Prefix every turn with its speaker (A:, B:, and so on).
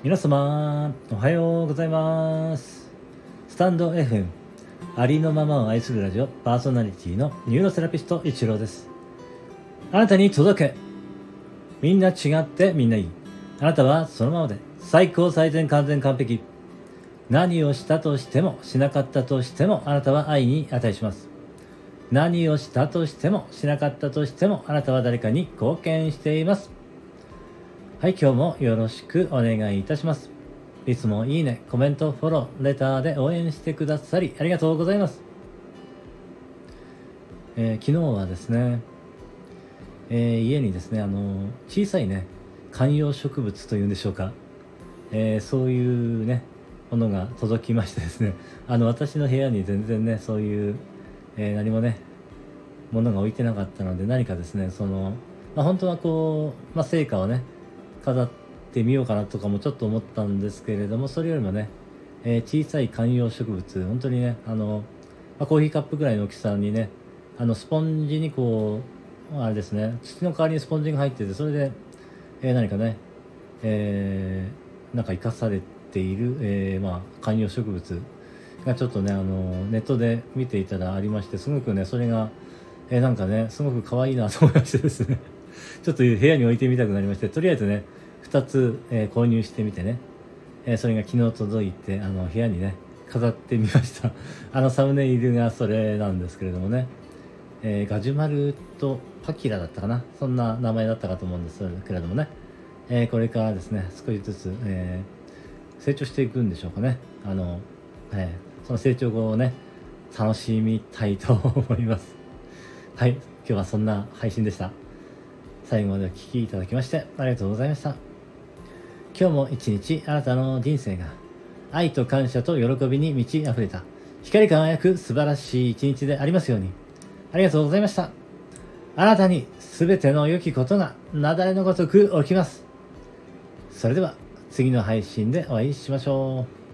A: 皆様おはようございます。スタンド FM ありのままを愛するラジオパーソナリティのニューロセラピスト一郎です。あなたに届け、みんな違ってみんないい、あなたはそのままで最高最善完全完璧。何をしたとしてもしなかったとしてもあなたは愛に値します。何をしたとしてもしなかったとしてもあなたは誰かに貢献しています。はい、今日もよろしくお願いいたします。いつもいいね、コメント、フォロー、レターで応援してくださりありがとうございます。昨日はですね、家にですね、小さいね、観葉植物というんでしょうか、そういうね、ものが届きましてですね、私の部屋に全然ね、そういう、何もね、ものが置いてなかったので、何かですね、本当は成果をね、飾ってみようかなとかもちょっと思ったんですけれども、それよりもね、小さい観葉植物、本当にね、コーヒーカップぐらいの大きさにね、スポンジにあれですね、土の代わりにスポンジが入ってて、それで、何かね、なんか生かされている、観葉植物がちょっとね、ネットで見ていたらありまして、すごくね、それが、なんかね、すごく可愛いなと思いましてですね、ちょっと部屋に置いてみたくなりまして、とりあえずね、2つ、購入してみてね、それが昨日届いて、部屋にね、飾ってみました。サムネイルがそれなんですけれどもね、ガジュマルとパキラだったかな、そんな名前だったかと思うんですけれどもね、これからですね、少しずつ、成長していくんでしょうかね。その成長をね、楽しみたいと思います。はい、今日はそんな配信でした。最後までお聞きいただきましてありがとうございました。今日も一日あなたの人生が愛と感謝と喜びに満ち溢れた光り輝く素晴らしい一日でありますように。ありがとうございました。あなたに全ての良きことが雪崩のごとく起きます。それでは次の配信でお会いしましょう。